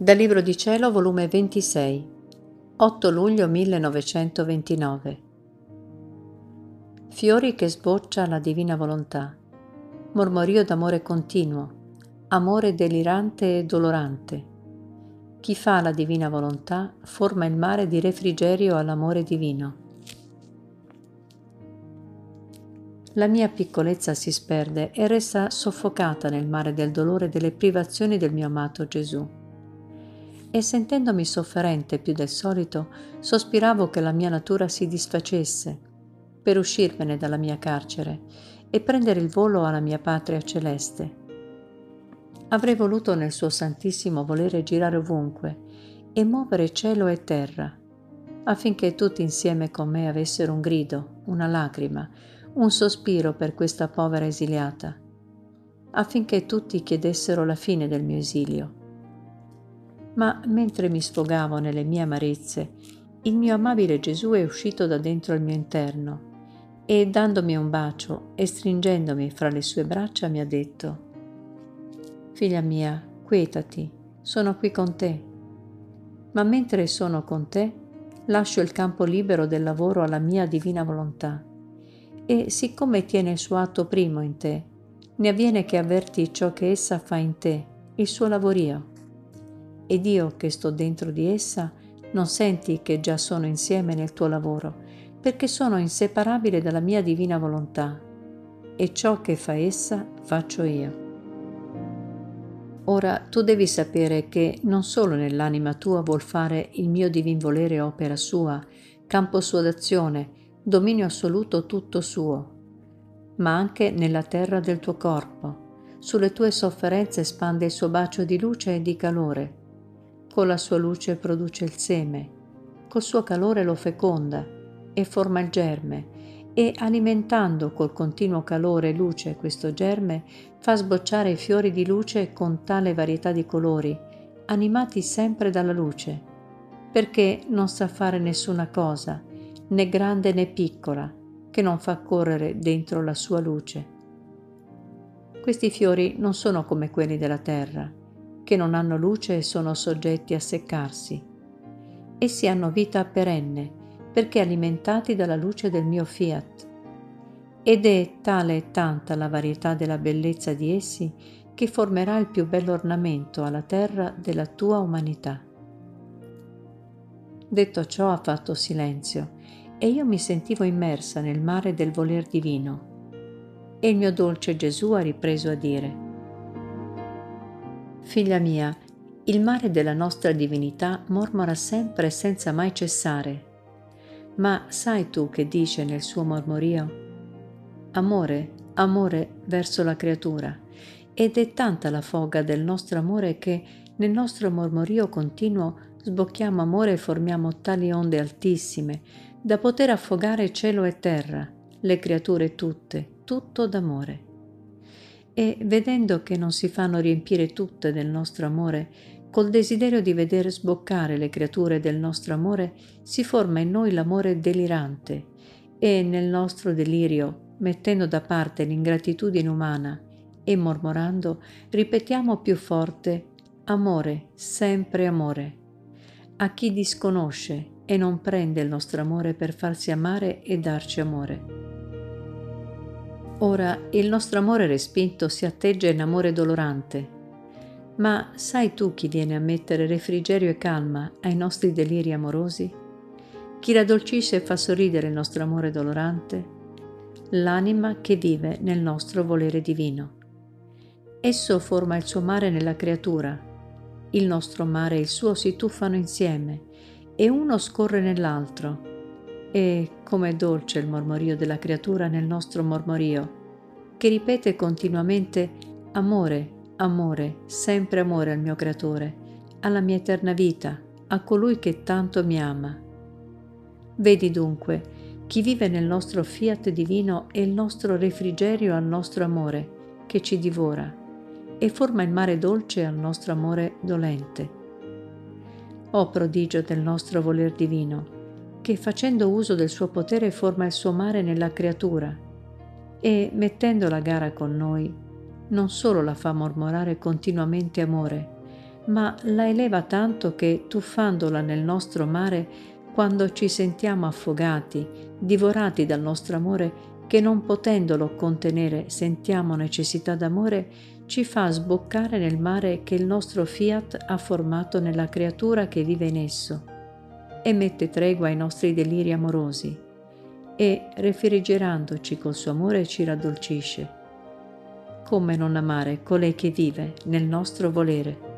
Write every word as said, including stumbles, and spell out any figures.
Dal Libro di Cielo, volume ventisei, otto luglio millenovecentoventinove. Fiori che sboccia la divina volontà, mormorio d'amore continuo, amore delirante e dolorante. Chi fa la divina volontà forma il mare di refrigerio all'amore divino. La mia piccolezza si sperde e resta soffocata nel mare del dolore e delle privazioni del mio amato Gesù. E sentendomi sofferente più del solito, sospiravo che la mia natura si disfacesse per uscirmene dalla mia carcere e prendere il volo alla mia patria celeste. Avrei voluto nel suo santissimo volere girare ovunque e muovere cielo e terra, affinché tutti insieme con me avessero un grido, una lacrima, un sospiro per questa povera esiliata, affinché tutti chiedessero la fine del mio esilio. Ma mentre mi sfogavo nelle mie amarezze, il mio amabile Gesù è uscito da dentro il mio interno e, dandomi un bacio e stringendomi fra le sue braccia, mi ha detto: «Figlia mia, quietati, sono qui con te». Ma mentre sono con te, lascio il campo libero del lavoro alla mia divina volontà. E siccome tiene il suo atto primo in te, ne avviene che avverti ciò che essa fa in te, il suo lavorio. Ed io che sto dentro di essa, non senti che già sono insieme nel tuo lavoro, perché sono inseparabile dalla mia divina volontà, e ciò che fa essa faccio io. Ora tu devi sapere che non solo nell'anima tua vuol fare il mio divin volere opera sua, campo suo d'azione, dominio assoluto tutto suo, ma anche nella terra del tuo corpo. Sulle tue sofferenze spande il suo bacio di luce e di calore. Con la sua luce produce il seme, col suo calore lo feconda e forma il germe, e alimentando col continuo calore e luce questo germe fa sbocciare i fiori di luce con tale varietà di colori, animati sempre dalla luce, perché non sa fare nessuna cosa, né grande né piccola, che non fa correre dentro la sua luce. Questi fiori non sono come quelli della terra, che non hanno luce e sono soggetti a seccarsi. Essi hanno vita perenne, perché alimentati dalla luce del mio fiat. Ed è tale e tanta la varietà della bellezza di essi che formerà il più bello ornamento alla terra della tua umanità. Detto ciò ha fatto silenzio, e io mi sentivo immersa nel mare del voler divino. E il mio dolce Gesù ha ripreso a dire: «Figlia mia, il mare della nostra divinità mormora sempre senza mai cessare. Ma sai tu che dice nel suo mormorio? Amore, amore verso la creatura. Ed è tanta la foga del nostro amore che nel nostro mormorio continuo sbocchiamo amore e formiamo tali onde altissime da poter affogare cielo e terra, le creature tutte, tutto d'amore. E vedendo che non si fanno riempire tutte del nostro amore, col desiderio di veder sboccare le creature del nostro amore, si forma in noi l'amore delirante, e nel nostro delirio, mettendo da parte l'ingratitudine umana e mormorando, ripetiamo più forte: amore, sempre amore. A chi disconosce e non prende il nostro amore per farsi amare e darci amore. Ora il nostro amore respinto si atteggia in amore dolorante. Ma sai tu chi viene a mettere refrigerio e calma ai nostri deliri amorosi? Chi raddolcisce e fa sorridere il nostro amore dolorante? L'anima che vive nel nostro volere divino. Esso forma il suo mare nella creatura. Il nostro mare e il suo si tuffano insieme, e uno scorre nell'altro. E com'è dolce il mormorio della creatura nel nostro mormorio, che ripete continuamente: amore, amore, sempre amore al mio creatore, alla mia eterna vita, a colui che tanto mi ama. Vedi dunque, chi vive nel nostro fiat divino è il nostro refrigerio al nostro amore, che ci divora, e forma il mare dolce al nostro amore dolente. O prodigio del nostro voler divino, che facendo uso del suo potere forma il suo mare nella creatura, e mettendola a gara con noi, non solo la fa mormorare continuamente amore, ma la eleva tanto che, tuffandola nel nostro mare, quando ci sentiamo affogati, divorati dal nostro amore, che non potendolo contenere sentiamo necessità d'amore, ci fa sboccare nel mare che il nostro fiat ha formato nella creatura che vive in esso, e mette tregua ai nostri deliri amorosi, e, refrigerandoci col suo amore, ci raddolcisce. Come non amare colei che vive nel nostro volere?